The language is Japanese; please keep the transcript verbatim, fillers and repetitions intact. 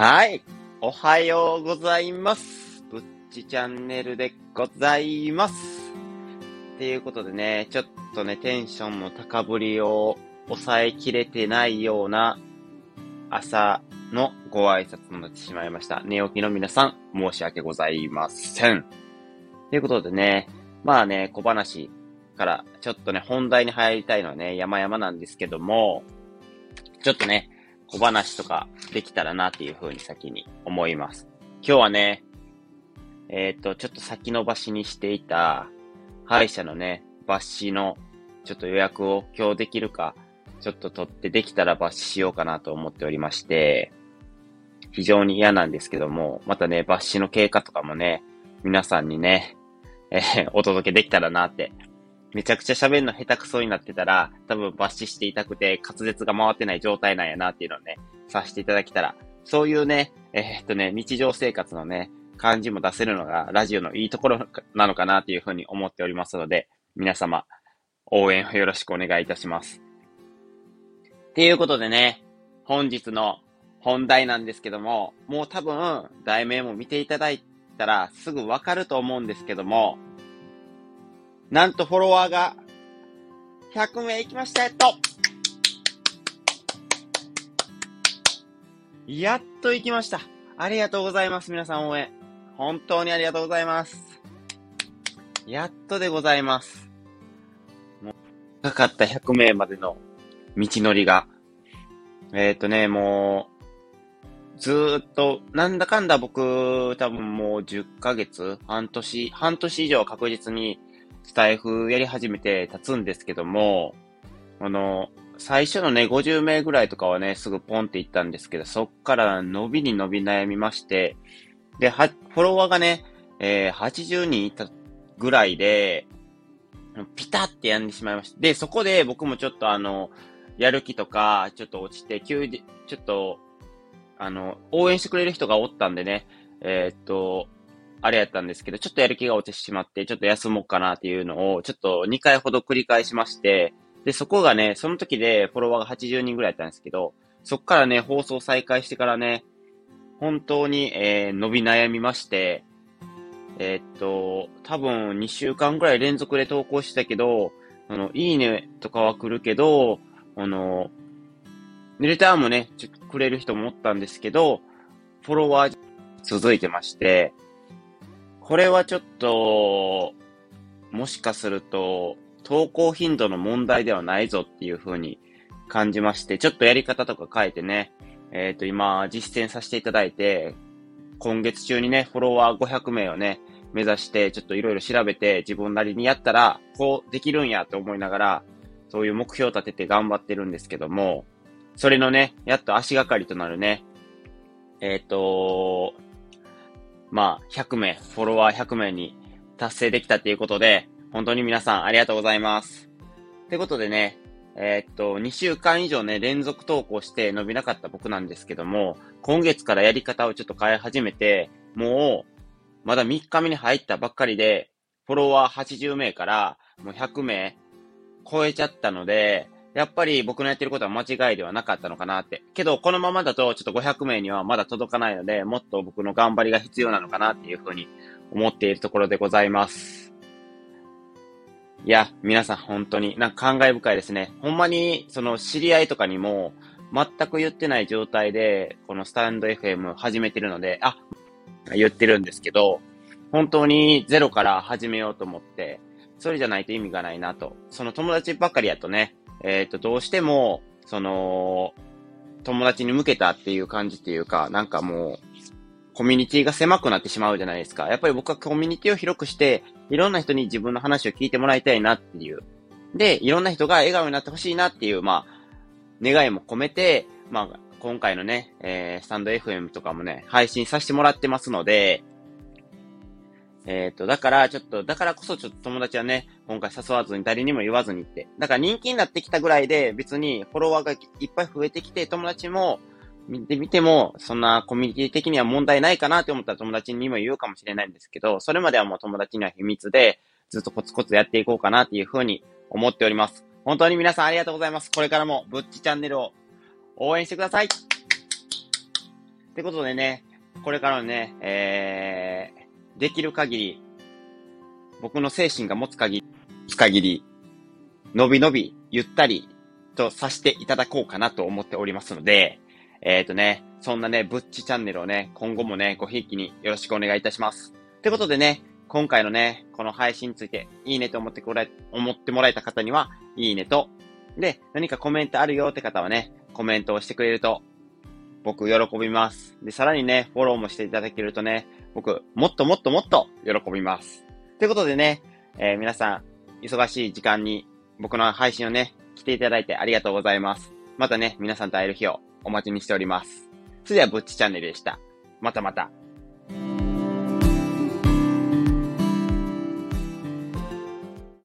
はい。おはようございます。ぶっちチャンネルでございます。っていうことでね、ちょっとね、テンションの高ぶりを抑えきれてないような朝のご挨拶になってしまいました。寝起きの皆さん、申し訳ございません。ということでね、まあね、小話からちょっとね、本題に入りたいのはね、山々なんですけども、ちょっとね、小話とかできたらなっていう風に先に思います。今日はね、えっと、ちょっと先延ばしにしていた歯医者のね、抜歯のちょっと予約を今日できるか、ちょっと取ってできたら抜歯しようかなと思っておりまして、非常に嫌なんですけども、またね、抜歯の経過とかもね、皆さんにね、えーお届けできたらなって。めちゃくちゃ喋るの下手くそになってたら、多分抜歯していたくて滑舌が回ってない状態なんやなっていうのをね、させていただけたら、そういうね、えーっとね、日常生活のね、感じも出せるのがラジオのいいところなのかなっていうふうに思っておりますので、皆様、応援をよろしくお願いいたします。っていうことでね、本日の本題なんですけども、もう多分、題名も見ていただいたらすぐわかると思うんですけども、なんとフォロワーがひゃくめい行きましたやっとやっと行きました。ありがとうございます。皆さん応援。本当にありがとうございます。やっとでございます。もう、かかったひゃくめいまでの道のりが。えっとね、もう、ずーっと、なんだかんだ僕、多分もうじゅっかげつ、半年、半年以上確実にスタイフやり始めて経つんですけども、あの、最初のね、ごじゅうめいぐらいとかはね、すぐポンっていったんですけど、そっから伸びに伸び悩みまして、で、は、フォロワーがね、えー、はちじゅうにんいたぐらいで、ピタってやんでしまいました。で、そこで僕もちょっとあの、やる気とか、ちょっと落ちて、急に、ちょっと、あの、応援してくれる人がおったんでね、えーっと、あれやったんですけど、ちょっとやる気が落ちてしまって、ちょっと休もうかなっていうのを、ちょっとにかいほど繰り返しまして、で、そこがね、その時でフォロワーがはちじゅうにんぐらいだったんですけど、そっからね、放送再開してからね、本当に、えー伸び悩みまして、えーっと、多分にしゅうかんぐらい連続で投稿してたけど、あの、いいねとかは来るけど、あの、レターもね、ちょくれる人もおったんですけど、フォロワー続いてまして、これはちょっと、もしかすると、投稿頻度の問題ではないぞっていう風に感じまして、ちょっとやり方とか変えてね、えっと、今、実践させていただいて、今月中にね、フォロワーごひゃくめいをね、目指して、ちょっといろいろ調べて、自分なりにやったら、こうできるんやと思いながら、そういう目標を立てて頑張ってるんですけども、それのね、やっと足がかりとなるね、えっと、まあ、ひゃくめい、フォロワーひゃくめいに達成できたっていうことで、本当に皆さんありがとうございます。ってことでね、えーっと、にしゅうかん以上ね、連続投稿して伸びなかった僕なんですけども、今月からやり方をちょっと変え始めて、もう、まだみっかめに入ったばっかりで、フォロワーはちじゅうめいからもうひゃくめい超えちゃったので、やっぱり僕のやってることは間違いではなかったのかなって。けど、このままだとちょっとごひゃくめいにはまだ届かないので、もっと僕の頑張りが必要なのかなっていうふうに思っているところでございます。いや、皆さん本当になんか感慨深いですね。ほんまに、その知り合いとかにも全く言ってない状態で、このスタンド エフエム 始めてるので、あ、言ってるんですけど、本当にゼロから始めようと思って、それじゃないと意味がないなと。その友達ばっかりやとね、えっと、どうしても、その、友達に向けたっていう感じっていうか、なんかもう、コミュニティが狭くなってしまうじゃないですか。やっぱり僕はコミュニティを広くして、いろんな人に自分の話を聞いてもらいたいなっていう。で、いろんな人が笑顔になってほしいなっていう、まあ、願いも込めて、まあ、今回のね、えー、スタンド エフエム とかもね、配信させてもらってますので、えっと、だから、ちょっと、だからこそちょっと友達はね、今回誘わずに誰にも言わずにって。だから人気になってきたぐらいで、別にフォロワーがいっぱい増えてきて、友達も見てみても、そんなコミュニティ的には問題ないかなって思ったら友達にも言うかもしれないんですけど、それまではもう友達には秘密で、ずっとコツコツやっていこうかなっていうふうに思っております。本当に皆さんありがとうございます。これからもぶっちチャンネルを応援してください。 ってことでね、これからのね、えー、できる限り、僕の精神が持つ限り、持つ限り、のびのび、ゆったりとさせていただこうかなと思っておりますので、えっとね、そんなね、ぶっちチャンネルをね、今後もね、ごひいきによろしくお願いいたします。ってことでね、今回のね、この配信について、いいねと思ってこら、思ってもらえた方には、いいねと、で、何かコメントあるよって方はね、コメントをしてくれると、僕喜びます。で、さらにね、フォローもしていただけるとね、僕、もっともっともっと喜びます。ということでね、えー、皆さん、忙しい時間に僕の配信をね、来ていただいてありがとうございます。またね、皆さんと会える日をお待ちにしております。それでは、ぶっちチャンネルでした。またまた。